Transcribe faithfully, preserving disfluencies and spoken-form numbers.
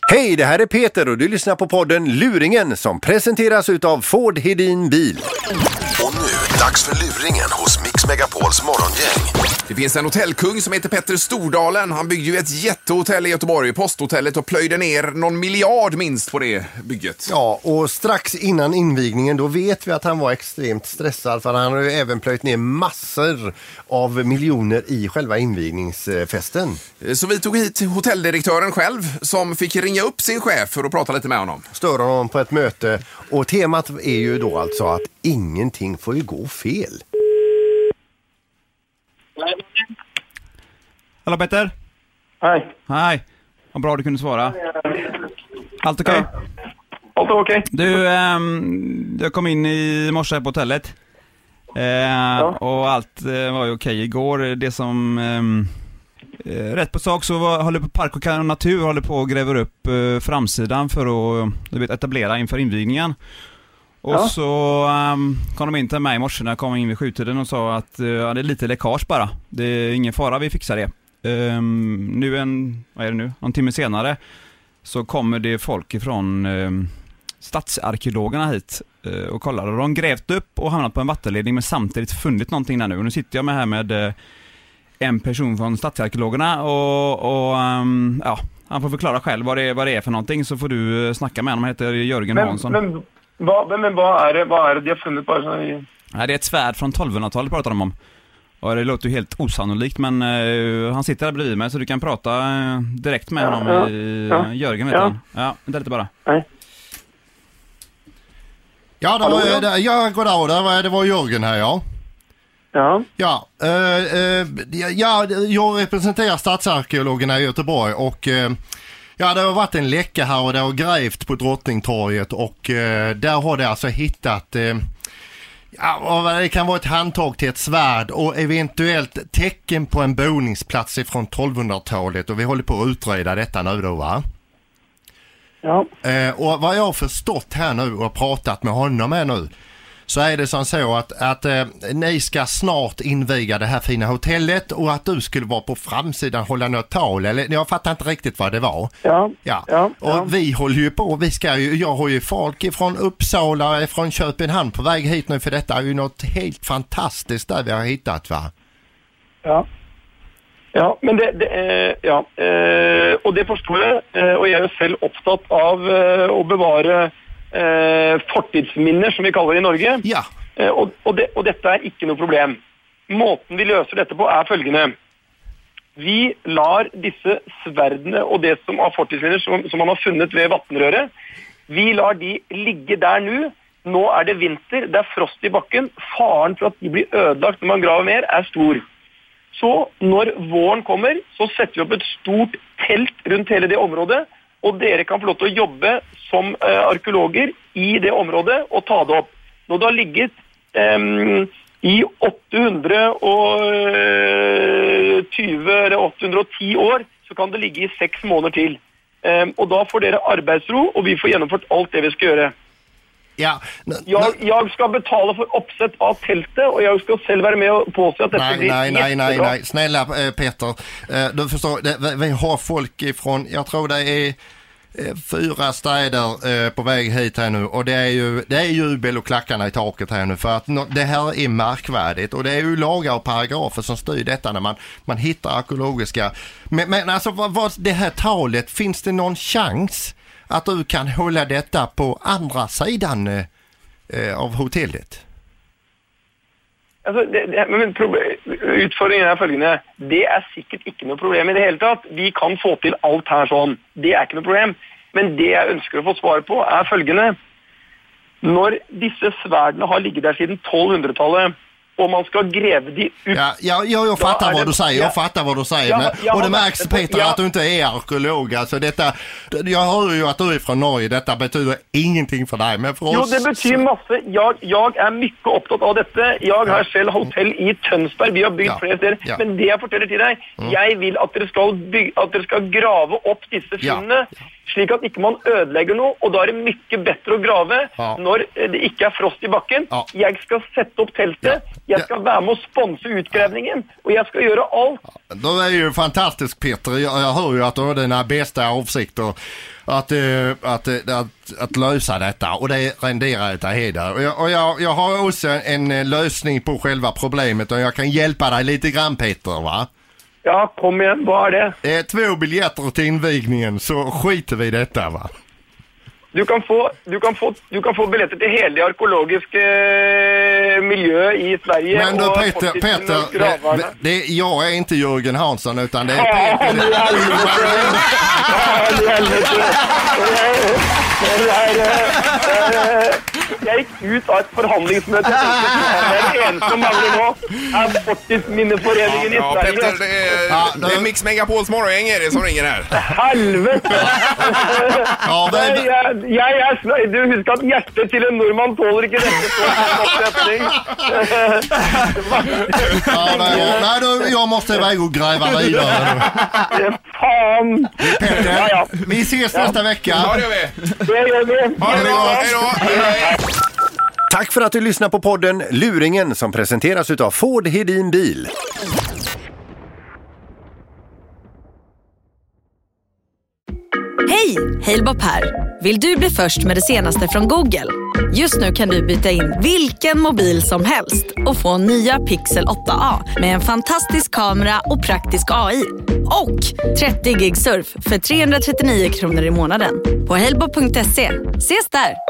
Hej, det här är Peter och du lyssnar på podden Luringen som presenteras utav Ford Hedin Bil. Och nu, dags för Luringen hos Mix Megapols morgongäng. Det finns en hotellkung som heter Petter Stordalen. Han byggde ju ett jättehotell i Göteborg, Posthotellet, och plöjde ner någon miljard minst på det bygget. Ja, och strax innan invigningen då vet vi att han var extremt stressad för han har ju även plöjt ner massor av miljoner i själva invigningsfesten. Så vi tog hit hotelldirektören själv som fick ringa upp sin chef för att prata lite med honom. Stör honom på ett möte och temat är ju då alltså att ingenting får ju gå fel. Hallå Petter. Hej. Hej. Vad bra du kunde svara. Allt okej? Okay? Allt är okej. Okay. Du, ähm, jag kom in i morse på hotellet. Äh, ja. Och allt äh, var ju okej okay igår. Det som... Ähm, äh, rätt på sak så var, håller på Park och Natur håller på och gräver upp äh, framsidan för att du vet, etablera inför invigningen. Och ja. så um, kom de in till mig i morse när jag kom in vid sjutiden och sa att uh, det är lite läckage bara. Det är ingen fara, vi fixar det. Um, nu en, vad är det nu? Någon timme senare så kommer det folk ifrån um, stadsarkeologerna hit uh, och kollar. Och de har grävt upp och hamnat på en vattenledning men samtidigt funnit någonting där nu. Och nu sitter jag med här med uh, en person från stadsarkeologerna och, och um, ja, han får förklara själv vad det är, vad det är för någonting, så får du uh, snacka med honom. Han heter Jörgen men, Hansson. Men... Vad, men vad är det, vad är det de har funnit bara så i... Nej, det är ett svärd från tolvhundratalet pratar de om. Och det låter ju helt osannolikt, men uh, han sitter där bredvid mig så du kan prata uh, direkt med ja, honom ja, i uh, ja, Jörgen vet ja. han. Ja, vänta lite bara. Nej. Ja, det var, det, ja, god dag, det var, det var Jörgen här, ja. Ja. Ja, uh, uh, ja, jag representerar stadsarkeologerna i Göteborg och... Uh, Ja, det har varit en läcka här och det har grävt på Drottningtorget och eh, där har det alltså hittat, eh, ja, det kan vara ett handtag till ett svärd och eventuellt tecken på en boningsplats från tolvhundratalet och vi håller på att utreda detta nu då, va? Ja. Eh, och vad jag har förstått här nu och pratat med honom här nu så är det som så att, att eh, ni ska snart inviga det här fina hotellet och att du skulle vara på framsidan och hålla något tal. Eller, jag fattar inte riktigt vad det var. Ja. Ja. ja och ja. vi håller ju på. Vi ska ju, jag har ju folk från Uppsala, från Köpenhamn på väg hit nu för detta är ju något helt fantastiskt där vi har hittat, va? Ja. Ja, men det, det eh, ja, eh, och det förstår jag. Eh, och jag är själv upptatt av eh, att bevara Eh, fortidsminner som vi kallar det i Norge. Ja. Eh, och, och, det, och detta är inte något problem. Måten vi löser detta på är följande. Vi lar disse svärdene och det som av fortidsminner som, som man har funnit vid vattenröret, vi lar de ligga där nu. Nu är det vinter, det är frost i backen. Faren för att de blir ödelagt när man graver mer är stor. Så när våren kommer så sätter vi upp ett stort tält runt hela det området. Og dere kan få lov til å jobbe som uh, arkeologer i det området og ta det opp. Når det har ligget um, i åttahundratjugo eller åttahundratio år, så kan det ligge i sex måneder til. Um, og da får dere arbeidsro, og vi får gjennomført alt det vi skal gjøre. Ja, jag, jag ska betala för uppsätt av tältet och jag ska själv vara med och påse att det nej, blir nej, nej, nej, jättebra. nej. Snälla eh, Peter, eh, du förstår, det, vi har folk ifrån, jag tror det är eh, fyra städer eh, på väg hit här nu och det är ju det är jubel och klackarna i taket här nu för att no, det här är märkvärdigt och det är ju lagar och paragrafer som styr detta när man, man hittar arkeologiska. Men, men alltså vad, vad det här talet, finns det någon chans att du kan hålla detta på andra sidan eh, av hotellet? Alltså, det, det, men utfordringen är följande. Det är säkert inte något problem i det hela tatt. Vi kan få till allt här sån. Det är inte något problem. Men det jag önskar att få svar på är följande. När dessa svärdena har ligget där sedan tolvhundratalet och man ska gräva de upp. Ja, ja, jag, jag fattar vad det, du säger, ja, jag fattar vad du säger. ja, men, ja, och det märks Peter ja, att du inte är arkeolog. Alltså detta, jag hör ju att du är från Norge, detta betyder ingenting för dig. Men för jo, oss... det betyder masse. Jag, jag är mycket upptatt av detta. Jag har själv hotell i Tønsberg. Vi har byggt ja, flera städer. ja. Men det jag fortäller till dig, mm. jag vill att det ska bygga, att det ska grava upp dessa fyndene. Ja. Slik at ikke man ødelegger noe, og da er det mye bedre å grave ja. når det ikke er frost i bakken. Ja. Jeg skal sette opp teltet, Jag ska vara med och sponsra utgrävningen och jag ska göra allt. Det är ju fantastiskt, Peter. Jag, jag hör ju att du har dina bästa avsikter att, uh, att, uh, att, att lösa detta, och det renderar ett heder. Och, jag, och jag, jag har också en, en lösning på själva problemet, och jag kan hjälpa dig lite grann, Peter, va? Ja, kom igen. Vad är det? Det är två biljetter till invigningen, så skiter vi i detta, va? Du kan få, du kan få, du kan få biljetter till hela arkeologiska eh, miljö i Sverige. Men du, och Peter, Peter det, det, jag är inte Jörgen Hansson, utan det är Ja, Peter. nu helvete. Ja, nu helvete. Det är, jag gick ut av ett förhandlingsmöte. Det är det enda som manglar nu. Är Fortisminnesforeningen Ja, i ja, Sverige. Peter, det är, Ja, det är Mix Megapols morgongäng är det som ringer här. Helvete! Ja, Nej, men, jag, jag är snö- du huskar att hjärtat till en norrman tåler inte detta så ja, nej, nej, du, jag måste iväg och gräva vidare. Fan! Peter, Ja, ja. vi ses nästa vecka. Ja, det gör vi. Det gör vi. Ha det bra. Hej då. Hej. Tack för att du lyssnar på podden Luringen som presenteras utav Ford Hedin Bil. Hej, Halebop här. Vill du bli först med det senaste från Google? Just nu kan du byta in vilken mobil som helst och få nya Pixel åtta A med en fantastisk kamera och praktisk A I. Och trettio gig surf för trehundratrettionio kronor i månaden på halebop punkt se. Ses där!